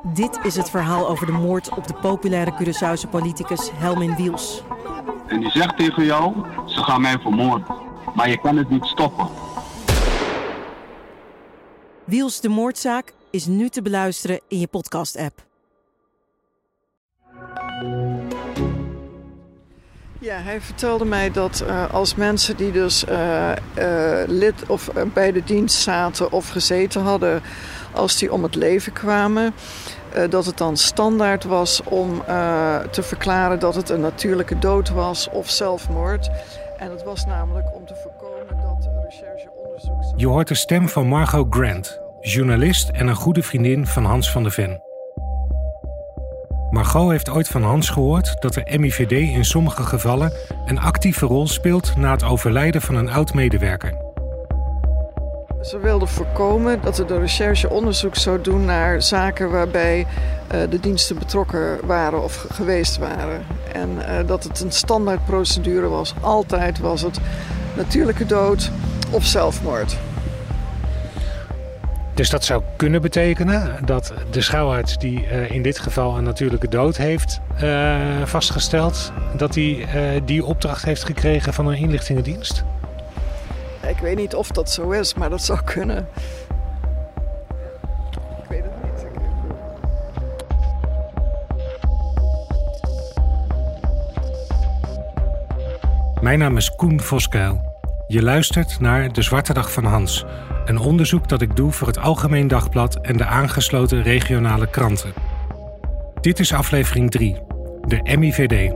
Dit is het verhaal over de moord op de populaire Curaçaose politicus Helmin Wiels. En die zegt tegen jou, ze gaan mij vermoorden. Maar je kan het niet stoppen. Wiels de moordzaak is nu te beluisteren in je podcast-app. Ja, hij vertelde mij dat als mensen die dus lid of bij de dienst zaten of gezeten hadden, als die om het leven kwamen, dat het dan standaard was om te verklaren dat het een natuurlijke dood was of zelfmoord. En het was namelijk om te voorkomen dat de rechercheonderzoek... Je hoort de stem van Margot Grant, journalist en een goede vriendin van Hans van de Ven. Margot heeft ooit van Hans gehoord dat de MIVD in sommige gevallen een actieve rol speelt na het overlijden van een oud-medewerker. Ze wilden voorkomen dat er de recherche onderzoek zou doen naar zaken waarbij de diensten betrokken waren of geweest waren. En dat het een standaardprocedure was. Altijd was het natuurlijke dood of zelfmoord. Dus dat zou kunnen betekenen dat de schuilhouds die in dit geval een natuurlijke dood heeft vastgesteld, dat hij die opdracht heeft gekregen van een inlichtingendienst? Ik weet niet of dat zo is, maar dat zou kunnen. Ik weet het niet. Mijn naam is Koen Voskuil. Je luistert naar De Zwarte Dag van Hans. Een onderzoek dat ik doe voor het Algemeen Dagblad en de aangesloten regionale kranten. Dit is aflevering 3, de MIVD.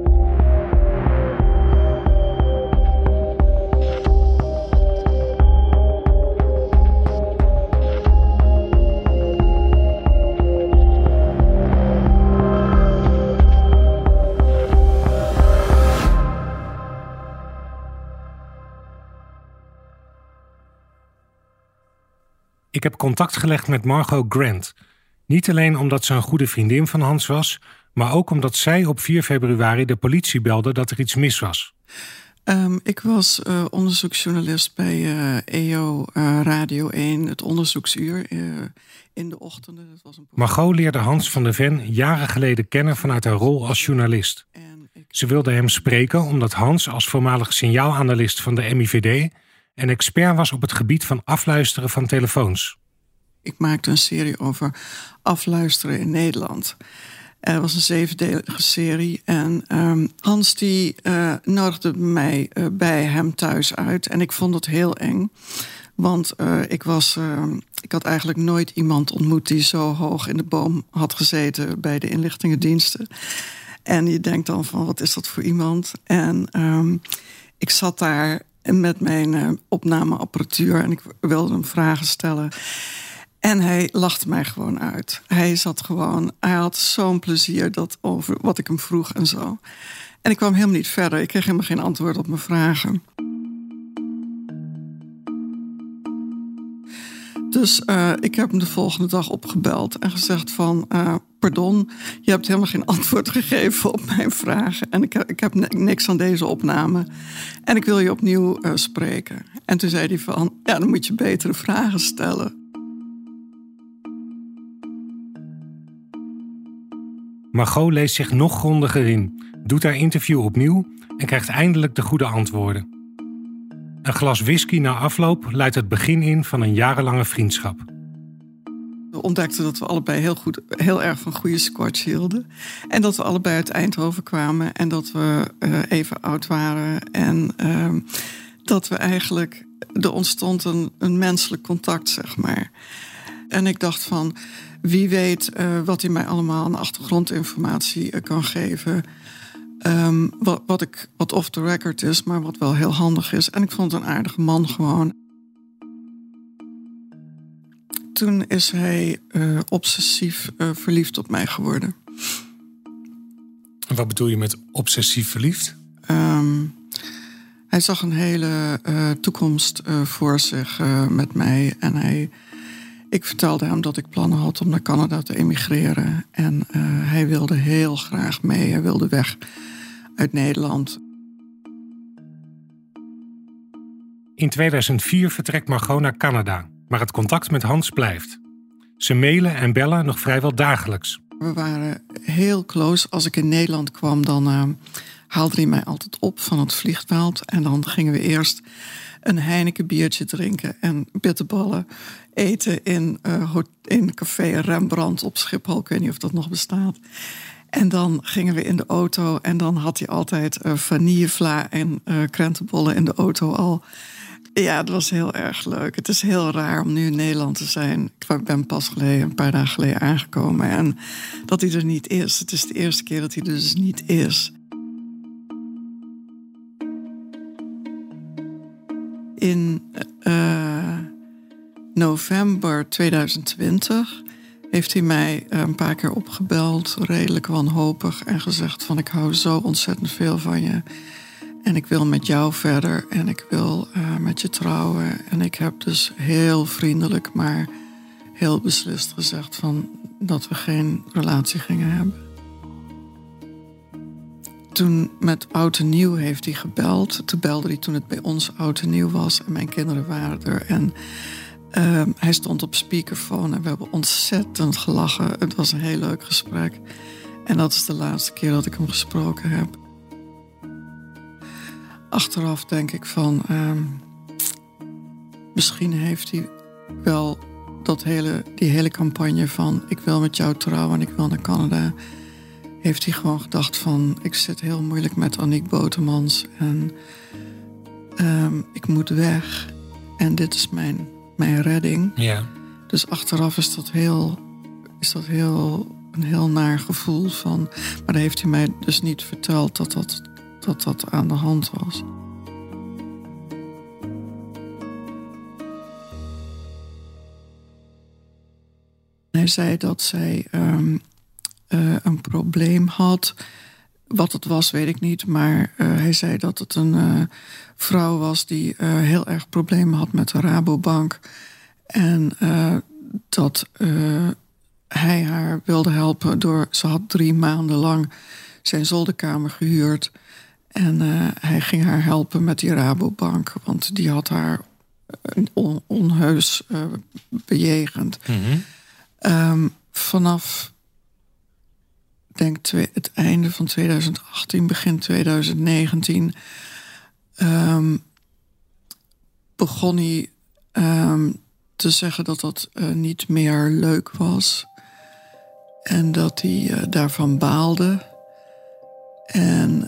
Ik heb contact gelegd met Margot Grant. Niet alleen omdat ze een goede vriendin van Hans was, maar ook omdat zij op 4 februari de politie belde dat er iets mis was. Ik was onderzoeksjournalist bij EO Radio 1, het onderzoeksuur in de ochtenden. Dat was Margot leerde Hans van de Ven jaren geleden kennen vanuit haar rol als journalist. Ze wilde hem spreken omdat Hans als voormalig signaalanalist van de MIVD en expert was op het gebied van afluisteren van telefoons. Ik maakte een serie over afluisteren in Nederland. Het was een 7-delige serie. En Hans die nodigde mij bij hem thuis uit. En ik vond het heel eng. Want ik had eigenlijk nooit iemand ontmoet die zo hoog in de boom had gezeten bij de inlichtingendiensten. En je denkt dan van, wat is dat voor iemand? En ik zat daar met mijn opnameapparatuur en ik wilde hem vragen stellen. En hij lachte mij gewoon uit. Hij had zo'n plezier over wat ik hem vroeg en zo. En ik kwam helemaal niet verder. Ik kreeg helemaal geen antwoord op mijn vragen. Dus ik heb hem de volgende dag opgebeld en gezegd van... pardon, je hebt helemaal geen antwoord gegeven op mijn vragen. En ik heb niks aan deze opname. En ik wil je opnieuw spreken. En toen zei hij van, ja, dan moet je betere vragen stellen. Margot leest zich nog grondiger in, doet haar interview opnieuw en krijgt eindelijk de goede antwoorden. Een glas whisky na afloop luidt het begin in van een jarenlange vriendschap. We ontdekten dat we allebei heel erg van goede scotch hielden. En dat we allebei uit Eindhoven kwamen en dat we even oud waren. En dat we eigenlijk, er ontstond een menselijk contact, zeg maar. En ik dacht van, wie weet wat hij mij allemaal aan achtergrondinformatie kan geven. Wat off the record is, maar wat wel heel handig is. En ik vond het een aardige man gewoon. Toen is hij obsessief verliefd op mij geworden. Wat bedoel je met obsessief verliefd? Hij zag een hele toekomst voor zich met mij. En ik vertelde hem dat ik plannen had om naar Canada te emigreren. En hij wilde heel graag mee. Hij wilde weg uit Nederland. In 2004 vertrekt Margot naar Canada, maar het contact met Hans blijft. Ze mailen en bellen nog vrijwel dagelijks. We waren heel close. Als ik in Nederland kwam, dan haalde hij mij altijd op van het vliegveld. En dan gingen we eerst een Heineken biertje drinken en bitterballen eten in café Rembrandt op Schiphol. Ik weet niet of dat nog bestaat. En dan gingen we in de auto en dan had hij altijd vanillevla en krentenbollen in de auto al. Ja, het was heel erg leuk. Het is heel raar om nu in Nederland te zijn. Ik ben pas een paar dagen geleden aangekomen en dat hij er niet is. Het is de eerste keer dat hij er dus niet is. In november 2020 heeft hij mij een paar keer opgebeld, redelijk wanhopig, en gezegd van ik hou zo ontzettend veel van je. En ik wil met jou verder en ik wil met je trouwen. En ik heb dus heel vriendelijk, maar heel beslist gezegd van dat we geen relatie gingen hebben. Toen met Oud en Nieuw heeft hij gebeld. Toen belde hij toen het bij ons Oud en Nieuw was en mijn kinderen waren er. En hij stond op speakerphone en we hebben ontzettend gelachen. Het was een heel leuk gesprek. En dat is de laatste keer dat ik hem gesproken heb. Achteraf denk ik van misschien heeft hij wel die hele campagne van ik wil met jou trouwen en ik wil naar Canada, heeft hij gewoon gedacht van ik zit heel moeilijk met Aniek Botermans en ik moet weg en dit is mijn redding. Ja. Dus achteraf is dat een heel naar gevoel van, maar dan heeft hij mij dus niet verteld dat aan de hand was. Hij zei dat zij een probleem had. Wat het was, weet ik niet. Maar hij zei dat het een vrouw was die heel erg problemen had met de Rabobank. En dat hij haar wilde helpen door... Ze had 3 maanden lang zijn zolderkamer gehuurd. En hij ging haar helpen met die Rabobank. Want die had haar onheus bejegend. Mm-hmm. Vanaf, denk het einde van 2018, begin 2019... begon hij te zeggen dat dat niet meer leuk was. En dat hij daarvan baalde. En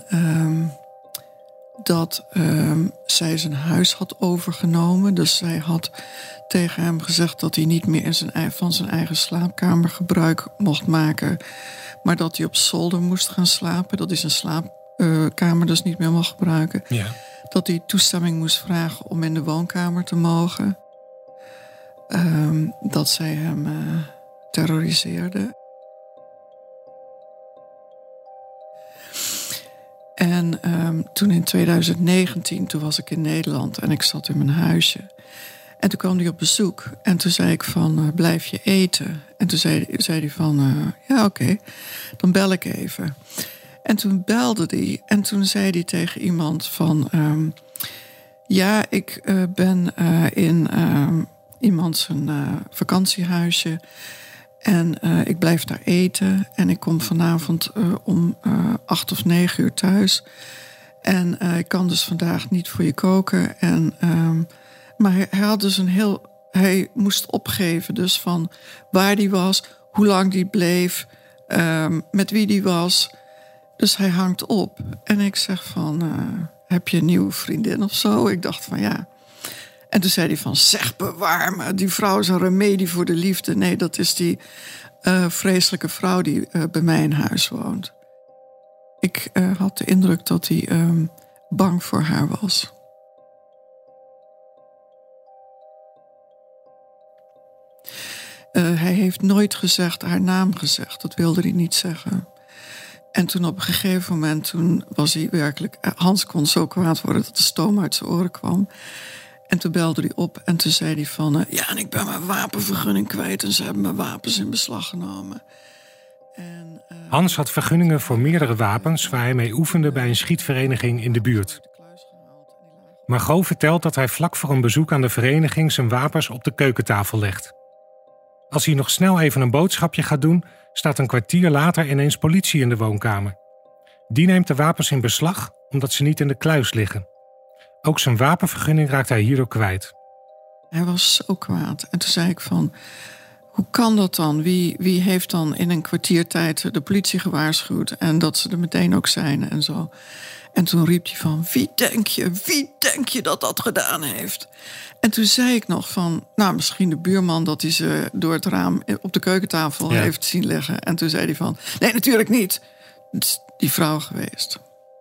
dat zij zijn huis had overgenomen. Dus zij had tegen hem gezegd dat hij niet meer van zijn eigen slaapkamer gebruik mocht maken. Maar dat hij op zolder moest gaan slapen. Dat hij zijn slaapkamer dus niet meer mocht gebruiken. Ja. Dat hij toestemming moest vragen om in de woonkamer te mogen. Dat zij hem terroriseerde. En toen in 2019, toen was ik in Nederland en ik zat in mijn huisje. En toen kwam hij op bezoek. En toen zei ik van, blijf je eten? En toen zei hij van, ja oké, dan bel ik even. En toen belde hij en toen zei hij tegen iemand van... ja, ik ben in iemand zijn vakantiehuisje... En ik blijf daar eten. En ik kom vanavond om 8 of 9 uur thuis. En ik kan dus vandaag niet voor je koken. Maar hij had dus hij moest opgeven dus van waar die was, hoe lang die bleef, met wie die was. Dus hij hangt op. En ik zeg van, heb je een nieuwe vriendin of zo? Ik dacht van ja. En toen zei hij van, zeg bewaar me, die vrouw is een remedie voor de liefde. Nee, dat is die vreselijke vrouw die bij mij in huis woont. Ik had de indruk dat hij bang voor haar was. Hij heeft nooit haar naam gezegd, dat wilde hij niet zeggen. En toen op een gegeven moment, toen was hij werkelijk... Hans kon zo kwaad worden dat de stoom uit zijn oren kwam... En toen belde hij op en toen zei hij van... ja, en ik ben mijn wapenvergunning kwijt... en ze hebben mijn wapens in beslag genomen. Hans had vergunningen voor meerdere wapens... waar hij mee oefende bij een schietvereniging in de buurt. Margot vertelt dat hij vlak voor een bezoek aan de vereniging... zijn wapens op de keukentafel legt. Als hij nog snel even een boodschapje gaat doen, staat een kwartier later ineens politie in de woonkamer. Die neemt de wapens in beslag omdat ze niet in de kluis liggen. Ook zijn wapenvergunning raakt hij hierdoor kwijt. Hij was zo kwaad. En toen zei ik van, hoe kan dat dan? Wie heeft dan in een kwartiertijd de politie gewaarschuwd en dat ze er meteen ook zijn en zo. En toen riep hij van, wie denk je dat dat gedaan heeft? En toen zei ik nog van, nou misschien de buurman dat hij ze door het raam op de keukentafel heeft zien liggen. En toen zei hij van, nee natuurlijk niet. Het is die vrouw geweest.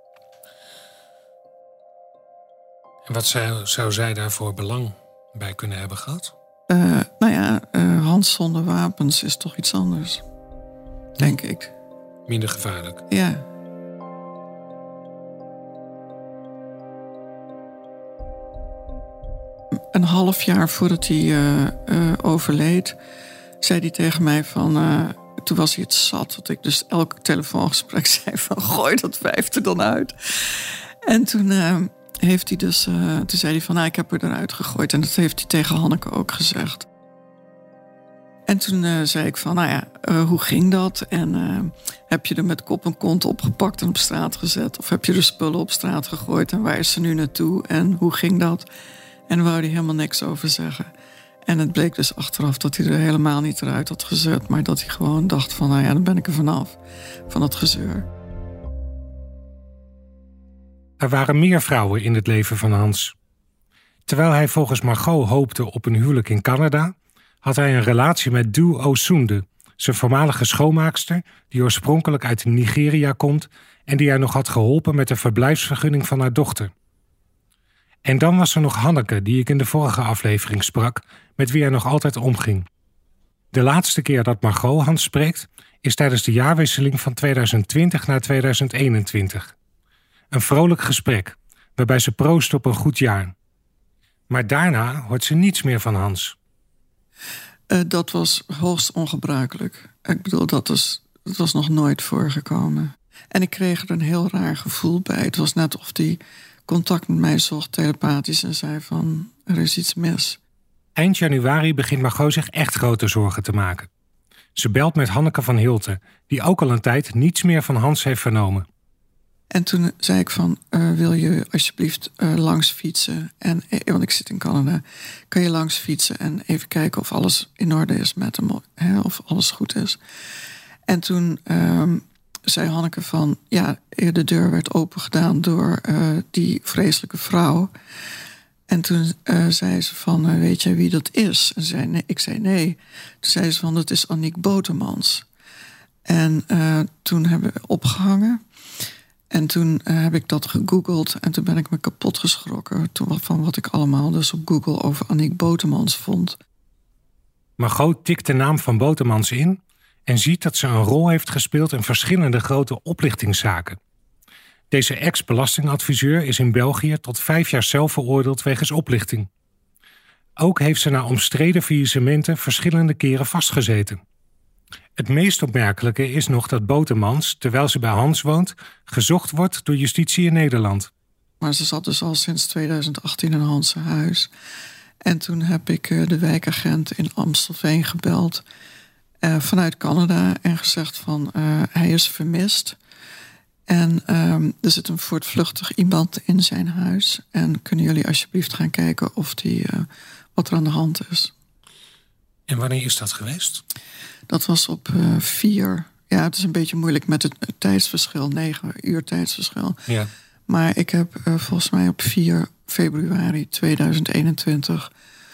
En wat zou zij daarvoor belang bij kunnen hebben gehad? Hans zonder wapens is toch iets anders. Denk ik. Minder gevaarlijk. Ja. Een half jaar voordat hij overleed, zei hij tegen mij van, toen was hij het zat, dat ik dus elk telefoongesprek zei van, gooi dat wijf er dan uit. En toen heeft hij dus, toen zei hij van, nou, ik heb er eruit gegooid. En dat heeft hij tegen Hanneke ook gezegd. En toen zei ik van, nou ja, hoe ging dat? En heb je er met kop en kont opgepakt en op straat gezet? Of heb je de spullen op straat gegooid? En waar is ze nu naartoe? En hoe ging dat? En daar wou hij helemaal niks over zeggen. En het bleek dus achteraf dat hij er helemaal niet eruit had gezet. Maar dat hij gewoon dacht van, nou ja, dan ben ik er vanaf. Van dat gezeur. Er waren meer vrouwen in het leven van Hans. Terwijl hij volgens Margot hoopte op een huwelijk in Canada, had hij een relatie met Du Osunde, zijn voormalige schoonmaakster, die oorspronkelijk uit Nigeria komt en die hij nog had geholpen met de verblijfsvergunning van haar dochter. En dan was er nog Hanneke, die ik in de vorige aflevering sprak, met wie hij nog altijd omging. De laatste keer dat Margot Hans spreekt, is tijdens de jaarwisseling van 2020 naar 2021. Een vrolijk gesprek, waarbij ze proost op een goed jaar. Maar daarna hoort ze niets meer van Hans. Dat was hoogst ongebruikelijk. Ik bedoel, dat was nog nooit voorgekomen. En ik kreeg er een heel raar gevoel bij. Het was net of die contact met mij zocht telepathisch en zei van, er is iets mis. Eind januari begint Margot zich echt grote zorgen te maken. Ze belt met Hanneke van Hilten, die ook al een tijd niets meer van Hans heeft vernomen. En toen zei ik van, wil je alsjeblieft langs fietsen? Want ik zit in Canada. Kan je langs fietsen en even kijken of alles in orde is met hem? Hè, of alles goed is? En toen zei Hanneke van, ja, de deur werd opengedaan door die vreselijke vrouw. En toen zei ze van, weet jij wie dat is? En ik zei nee. Toen zei ze van, dat is Aniek Botermans. En toen hebben we opgehangen. En toen heb ik dat gegoogeld en toen ben ik me kapot geschrokken van wat ik allemaal dus op Google over Aniek Botermans vond. Margot tikt de naam van Botermans in en ziet dat ze een rol heeft gespeeld in verschillende grote oplichtingszaken. Deze ex-belastingadviseur is in België tot 5 jaar cel veroordeeld wegens oplichting. Ook heeft ze na omstreden faillissementen verschillende keren vastgezeten. Het meest opmerkelijke is nog dat Botermans, terwijl ze bij Hans woont, gezocht wordt door justitie in Nederland. Maar ze zat dus al sinds 2018 in Hans' huis. En toen heb ik de wijkagent in Amstelveen gebeld vanuit Canada en gezegd van hij is vermist. En er zit een voortvluchtig iemand in zijn huis. En kunnen jullie alsjeblieft gaan kijken of wat er aan de hand is. En wanneer is dat geweest? Dat was op 4. Ja, het is een beetje moeilijk met het tijdsverschil. 9 uur tijdsverschil. Ja. Maar ik heb volgens mij op 4 februari 2021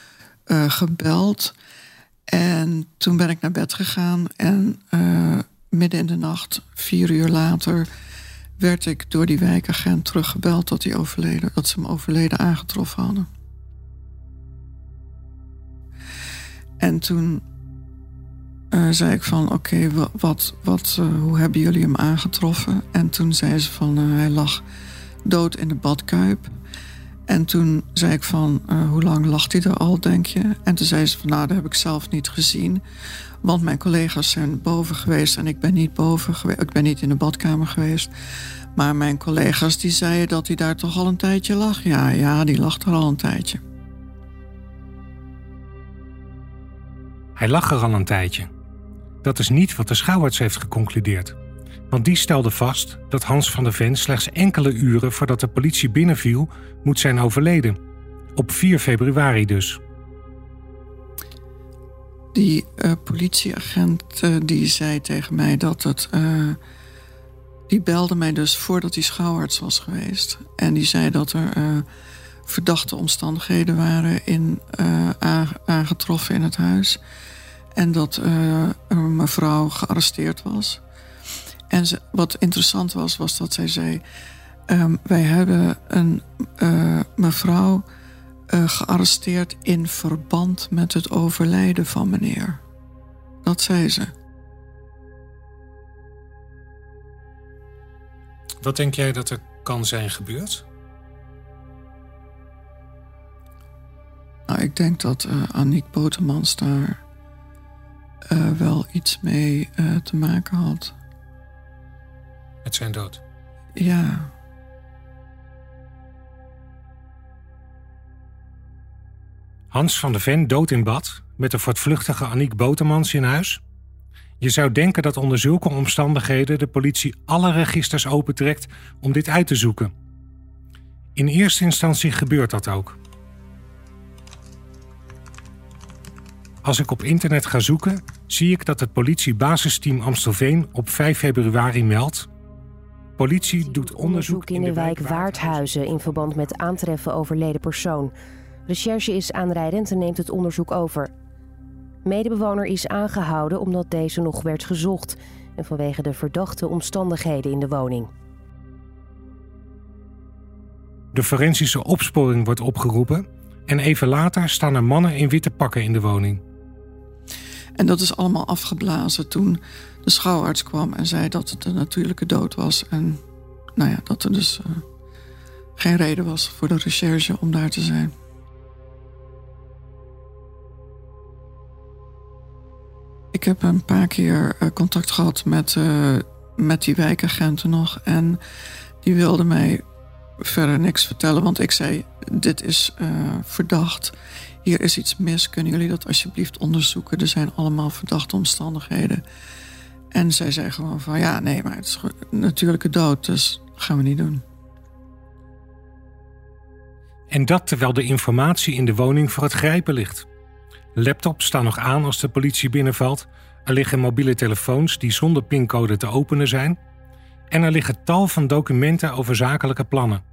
gebeld. En toen ben ik naar bed gegaan. En midden in de nacht, 4 uur later, werd ik door die wijkagent teruggebeld dat ze hem overleden aangetroffen hadden. En toen zei ik van, oké, hoe hebben jullie hem aangetroffen? En toen zei ze van, hij lag dood in de badkuip. En toen zei ik van, hoe lang lag hij er al, denk je? En toen zei ze van, nou, dat heb ik zelf niet gezien. Want mijn collega's zijn boven geweest en ik ben niet boven geweest. Ik ben niet in de badkamer geweest. Maar mijn collega's die zeiden dat hij daar toch al een tijdje lag. Ja, die lag er al een tijdje. Hij lag er al een tijdje. Dat is niet wat de schouwarts heeft geconcludeerd. Want die stelde vast dat Hans van der Ven slechts enkele uren voordat de politie binnenviel moet zijn overleden. Op 4 februari dus. Die politieagent die zei tegen mij dat het... die belde mij dus voordat hij schouwarts was geweest. En die zei dat er verdachte omstandigheden waren aangetroffen in het huis. En dat een mevrouw gearresteerd was. En wat interessant was dat zij zei... wij hebben een mevrouw gearresteerd in verband met het overlijden van meneer. Dat zei ze. Wat denk jij dat er kan zijn gebeurd? Nou, ik denk dat Aniek Botermans daar wel iets mee te maken had. Met zijn dood? Ja. Hans van der Ven dood in bad, met de voortvluchtige Aniek Botermans in huis. Je zou denken dat onder zulke omstandigheden de politie alle registers opentrekt om dit uit te zoeken. In eerste instantie gebeurt dat ook. Als ik op internet ga zoeken, zie ik dat het politiebasisteam Amstelveen op 5 februari meldt: politie doet onderzoek in de wijk Waardhuizen in verband met aantreffen overleden persoon. Recherche is aanrijdend en neemt het onderzoek over. Medebewoner is aangehouden omdat deze nog werd gezocht en vanwege de verdachte omstandigheden in de woning. De forensische opsporing wordt opgeroepen en even later staan er mannen in witte pakken in de woning. En dat is allemaal afgeblazen toen de schouwarts kwam en zei dat het een natuurlijke dood was. En nou ja, dat er dus geen reden was voor de recherche om daar te zijn. Ik heb een paar keer contact gehad met die wijkagenten nog. En die wilden mij verder niks vertellen. Want ik zei, dit is verdacht. Hier is iets mis. Kunnen jullie dat alsjeblieft onderzoeken? Er zijn allemaal verdachte omstandigheden. En zij zei gewoon van, ja, nee, maar het is een natuurlijke dood. Dus dat gaan we niet doen. En dat terwijl de informatie in de woning voor het grijpen ligt. Laptops staan nog aan als de politie binnenvalt. Er liggen mobiele telefoons die zonder pincode te openen zijn. En er liggen tal van documenten over zakelijke plannen.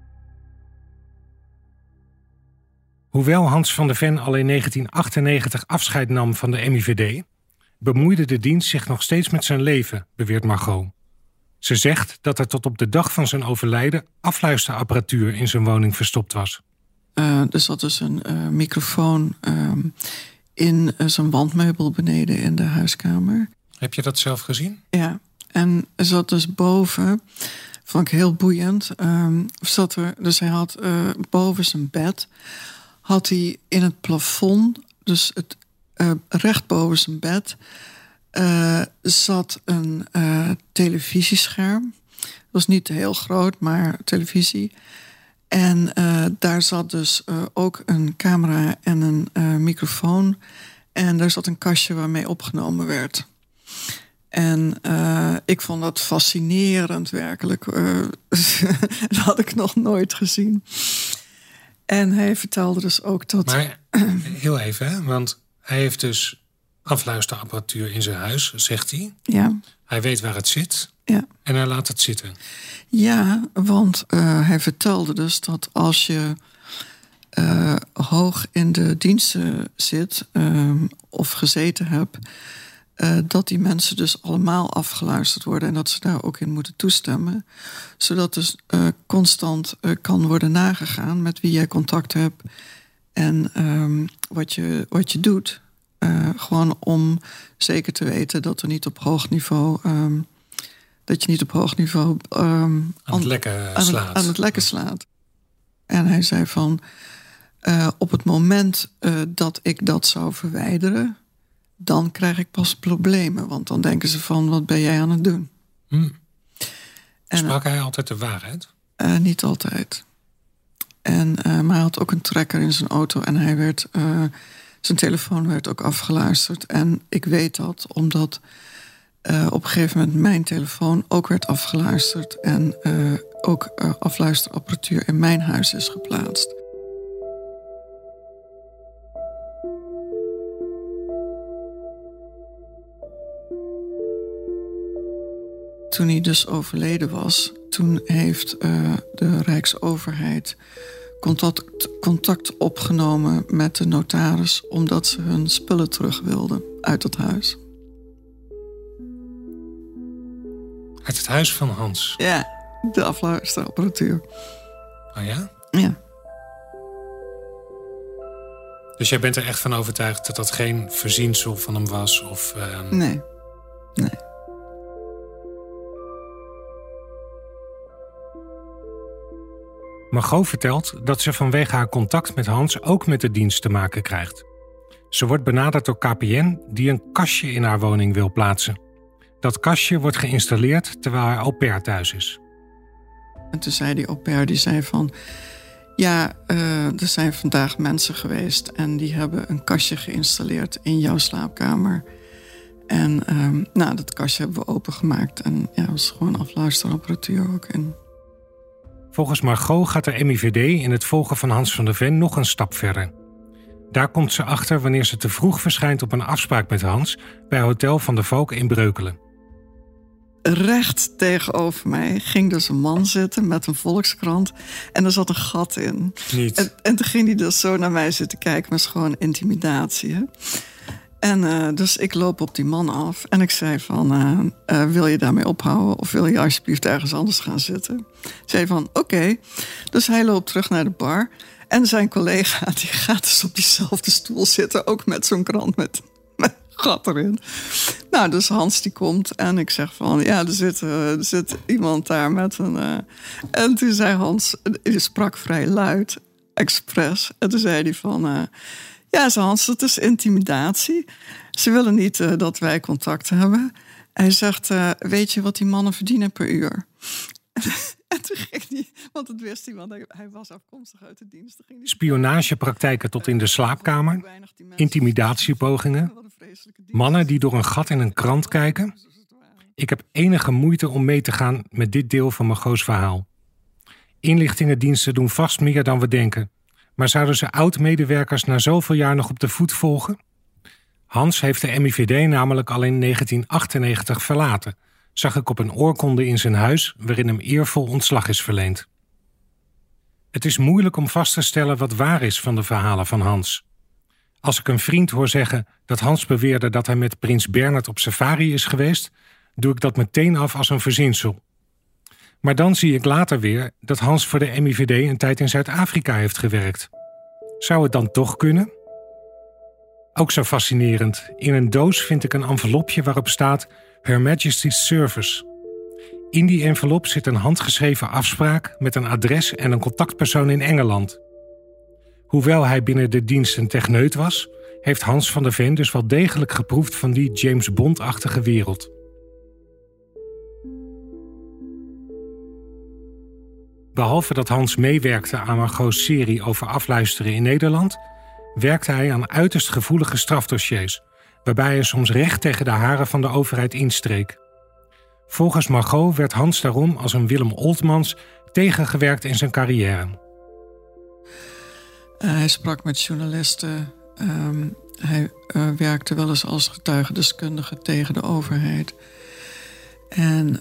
Hoewel Hans van der Ven al in 1998 afscheid nam van de MIVD... bemoeide de dienst zich nog steeds met zijn leven, beweert Margot. Ze zegt dat er tot op de dag van zijn overlijden afluisterapparatuur in zijn woning verstopt was. Er zat dus een microfoon in zijn wandmeubel beneden in de huiskamer. Heb je dat zelf gezien? Ja, en er zat dus boven, vond ik heel boeiend, dus hij had boven zijn bed, had hij in het plafond, dus het recht boven zijn bed, zat een televisiescherm. Het was niet heel groot, maar televisie. En daar zat dus ook een camera en een microfoon. En daar zat een kastje waarmee opgenomen werd. En ik vond dat fascinerend, werkelijk. Dat had ik nog nooit gezien. En hij vertelde dus ook dat... Maar heel even, hè? Want hij heeft dus afluisterapparatuur in zijn huis, zegt hij. Ja. Hij weet waar het zit. Ja. En hij laat het zitten. Ja, want hij vertelde dus dat als je hoog in de diensten zit of gezeten hebt, dat die mensen dus allemaal afgeluisterd worden en dat ze daar ook in moeten toestemmen. Zodat dus constant kan worden nagegaan met wie jij contact hebt en wat je doet. Gewoon om zeker te weten dat er niet op hoog niveau... dat je niet op hoog niveau aan het lekken slaat. En hij zei van... op het moment dat ik dat zou verwijderen... dan krijg ik pas problemen. Want dan denken ze van, wat ben jij aan het doen? Sprak hij altijd de waarheid? Niet altijd. Maar hij had ook een trekker in zijn auto... en hij werd Zijn telefoon werd ook afgeluisterd. En ik weet dat omdat op een gegeven moment mijn telefoon ook werd afgeluisterd. En ook afluisterapparatuur in mijn huis is geplaatst. Toen hij dus overleden was, toen heeft de Rijksoverheid contact opgenomen met de notaris, omdat ze hun spullen terug wilden uit het huis. Uit het huis van Hans? Ja, de afluisterapparatuur. Oh ja? Ja. Dus jij bent er echt van overtuigd dat dat geen verzinsel van hem was? Of, Nee. Margot vertelt dat ze vanwege haar contact met Hans ook met de dienst te maken krijgt. Ze wordt benaderd door KPN die een kastje in haar woning wil plaatsen. Dat kastje wordt geïnstalleerd terwijl haar au pair thuis is. En toen zei die au pair, die zei van... Ja, er zijn vandaag mensen geweest en die hebben een kastje geïnstalleerd in jouw slaapkamer. En dat kastje hebben we opengemaakt. En ja, was gewoon afluisterapparatuur ook in. Volgens Margot gaat de MIVD in het volgen van Hans van der Ven nog een stap verder. Daar komt ze achter wanneer ze te vroeg verschijnt op een afspraak met Hans bij Hotel Van der Valk in Breukelen. Recht tegenover mij ging dus een man zitten met een Volkskrant en er zat een gat in. Niet. En toen ging hij dus zo naar mij zitten kijken, maar het is gewoon intimidatie. Hè? En dus ik loop op die man af en ik zei van... wil je daarmee ophouden of wil je alsjeblieft ergens anders gaan zitten? Zei van oké. Dus hij loopt terug naar de bar. En zijn collega die gaat dus op diezelfde stoel zitten, ook met zo'n krant met gat erin. Nou, dus Hans die komt en ik zeg van... ja, er zit iemand daar met een... En toen zei Hans, die sprak vrij luid, expres. En toen zei hij van... ja, zei Hans, dat is intimidatie. Ze willen niet dat wij contact hebben. Hij zegt, weet je wat die mannen verdienen per uur? En toen ging hij, want dat wist hij, want hij was afkomstig uit de dienst. Spionagepraktijken tot in de slaapkamer, intimidatiepogingen, mannen die door een gat in een krant kijken. Ik heb enige moeite om mee te gaan met dit deel van Margot's verhaal. Inlichtingendiensten doen vast meer dan we denken. Maar zouden ze oud-medewerkers na zoveel jaar nog op de voet volgen? Hans heeft de MIVD namelijk al in 1998 verlaten, zag ik op een oorkonde in zijn huis waarin hem eervol ontslag is verleend. Het is moeilijk om vast te stellen wat waar is van de verhalen van Hans. Als ik een vriend hoor zeggen dat Hans beweerde dat hij met prins Bernhard op safari is geweest, doe ik dat meteen af als een verzinsel. Maar dan zie ik later weer dat Hans voor de MIVD een tijd in Zuid-Afrika heeft gewerkt. Zou het dan toch kunnen? Ook zo fascinerend. In een doos vind ik een envelopje waarop staat Her Majesty's Service. In die envelop zit een handgeschreven afspraak met een adres en een contactpersoon in Engeland. Hoewel hij binnen de dienst een techneut was, heeft Hans van der Ven dus wel degelijk geproefd van die James Bond-achtige wereld. Behalve dat Hans meewerkte aan Margot's serie over afluisteren in Nederland, werkte hij aan uiterst gevoelige strafdossiers, waarbij hij soms recht tegen de haren van de overheid instreek. Volgens Margot werd Hans daarom als een Willem Oltmans tegengewerkt in zijn carrière. Hij sprak met journalisten. Hij werkte wel eens als getuigendeskundige tegen de overheid. En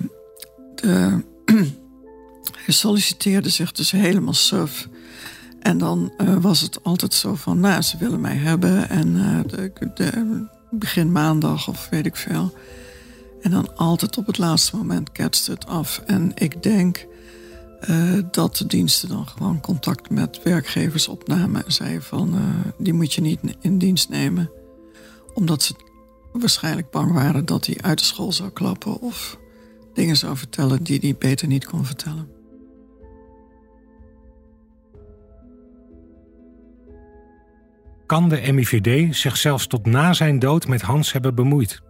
hij solliciteerde zich dus helemaal suf. En dan was het altijd zo van, nou, ze willen mij hebben. En begin maandag of weet ik veel. En dan altijd op het laatste moment ketste het af. En ik denk dat de diensten dan gewoon contact met werkgevers opnamen. En zeiden van, die moet je niet in dienst nemen. Omdat ze waarschijnlijk bang waren dat hij uit de school zou klappen. Of dingen zou vertellen die hij beter niet kon vertellen. Kan de MIVD zich zelfs tot na zijn dood met Hans hebben bemoeid?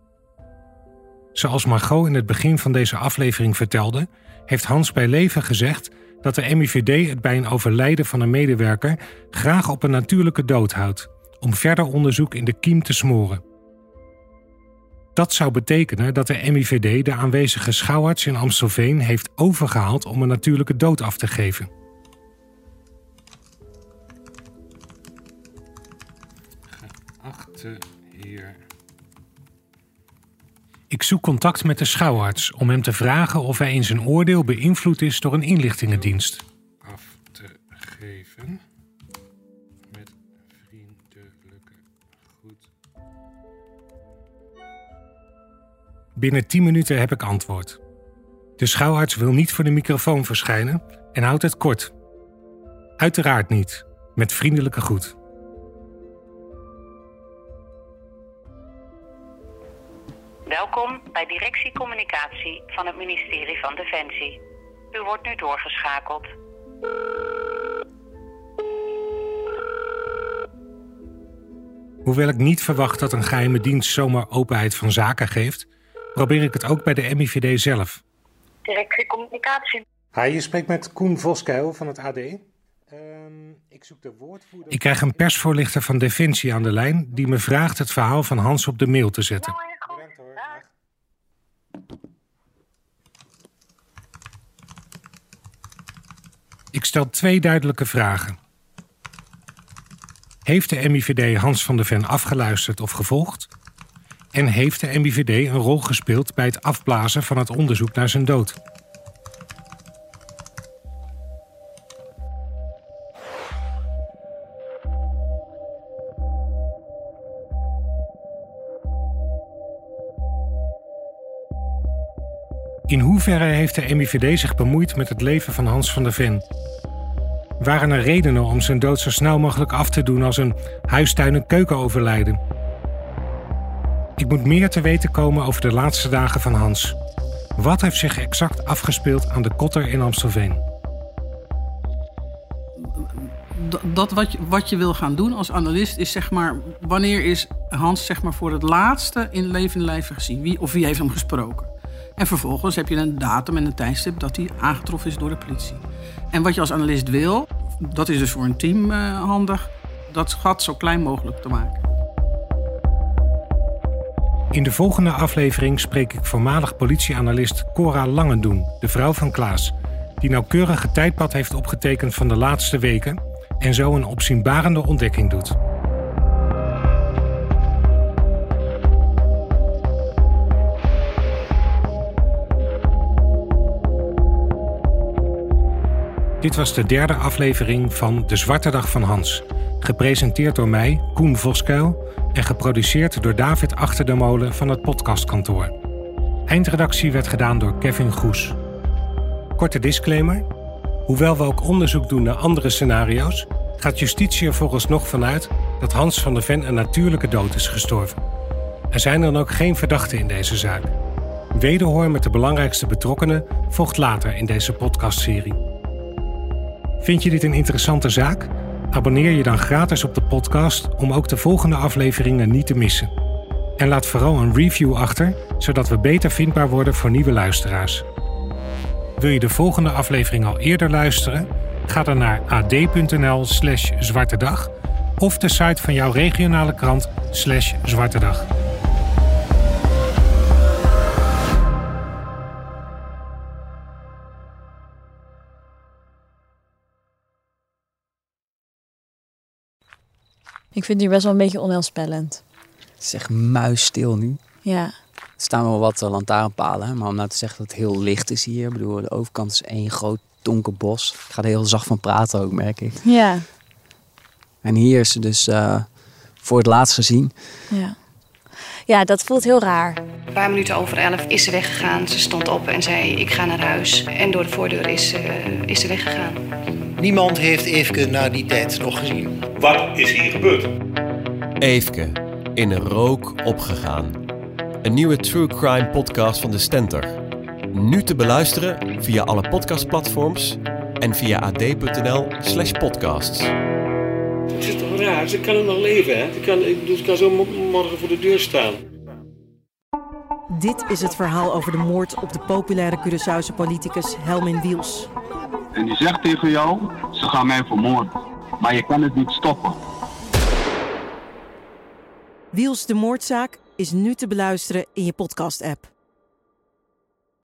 Zoals Margot in het begin van deze aflevering vertelde, heeft Hans bij leven gezegd dat de MIVD het bij een overlijden van een medewerker graag op een natuurlijke dood houdt, om verder onderzoek in de kiem te smoren. Dat zou betekenen dat de MIVD de aanwezige schouwarts in Amstelveen heeft overgehaald om een natuurlijke dood af te geven. Geachte heer. Ik zoek contact met de schouwarts om hem te vragen of hij in zijn oordeel beïnvloed is door een inlichtingendienst. Af te geven met vriendelijke groet. Binnen 10 minuten heb ik antwoord. De schouwarts wil niet voor de microfoon verschijnen en houdt het kort. Uiteraard niet, met vriendelijke groet. Welkom bij Directie Communicatie van het ministerie van Defensie. U wordt nu doorgeschakeld. Hoewel ik niet verwacht dat een geheime dienst zomaar openheid van zaken geeft, probeer ik het ook bij de MIVD zelf. Directie Communicatie. Hi, je spreekt met Koen Voskuil van het AD. Ik zoek de woordvoerder. Ik krijg een persvoorlichter van Defensie aan de lijn die me vraagt het verhaal van Hans op de mail te zetten. Bedankt hoor. Ik stel 2 duidelijke vragen. Heeft de MIVD Hans van der Ven afgeluisterd of gevolgd? En heeft de MIVD een rol gespeeld bij het afblazen van het onderzoek naar zijn dood? In hoeverre heeft de MIVD zich bemoeid met het leven van Hans van der Ven? Waren er redenen om zijn dood zo snel mogelijk af te doen als een huistuin- en keukenoverlijden? Ik moet meer te weten komen over de laatste dagen van Hans. Wat heeft zich exact afgespeeld aan de Kotter in Amstelveen? Dat wat je wil gaan doen als analist is zeg maar, wanneer is Hans zeg maar, voor het laatste in levende lijve gezien? Wie heeft hem gesproken? En vervolgens heb je een datum en een tijdstip dat hij aangetroffen is door de politie. En wat je als analist wil, dat is dus voor een team handig, dat gat zo klein mogelijk te maken. In de volgende aflevering spreek ik voormalig politieanalist Cora Langendoen, de vrouw van Klaas, die nauwkeurig het tijdpad heeft opgetekend van de laatste weken en zo een opzienbarende ontdekking doet. Dit was de 3e aflevering van De Zwarte Dag van Hans. Gepresenteerd door mij, Koen Voskuil, en geproduceerd door David Achter de Molen van het podcastkantoor. Eindredactie werd gedaan door Kevin Goes. Korte disclaimer. Hoewel we ook onderzoek doen naar andere scenario's, gaat justitie er vooralsnog vanuit dat Hans van der Ven een natuurlijke dood is gestorven. Er zijn dan ook geen verdachten in deze zaak. Wederhoor met de belangrijkste betrokkenen volgt later in deze podcastserie. Vind je dit een interessante zaak? Abonneer je dan gratis op de podcast om ook de volgende afleveringen niet te missen. En laat vooral een review achter, zodat we beter vindbaar worden voor nieuwe luisteraars. Wil je de volgende aflevering al eerder luisteren? Ga dan naar ad.nl/zwartedag of de site van jouw regionale krant /zwartedag. Ik vind het hier best wel een beetje onheilspellend. Het is echt muisstil nu. Ja. Er staan wel wat lantaarnpalen, maar om nou te zeggen dat het heel licht is hier. Ik bedoel, de overkant is één groot donker bos. Ik ga er heel zacht van praten ook, merk ik. Ja. En hier is ze dus voor het laatst gezien. Ja. Ja, dat voelt heel raar. Een paar minuten over 11 is ze weggegaan. Ze stond op en zei, ik ga naar huis. En door de voordeur is ze weggegaan. Niemand heeft Eefke na die tijd nog gezien. Wat is hier gebeurd? Eefke, in rook opgegaan. Een nieuwe true crime podcast van de Stentor. Nu te beluisteren via alle podcastplatforms en via ad.nl/podcasts. Het is toch raar? Ze kan nog leven, hè? Ze kan zo morgen voor de deur staan. Dit is het verhaal over de moord op de populaire Curaçaose politicus Helmin Wiels. En die zegt tegen jou, ze gaan mij vermoorden. Maar je kan het niet stoppen. Wiels de moordzaak is nu te beluisteren in je podcast-app.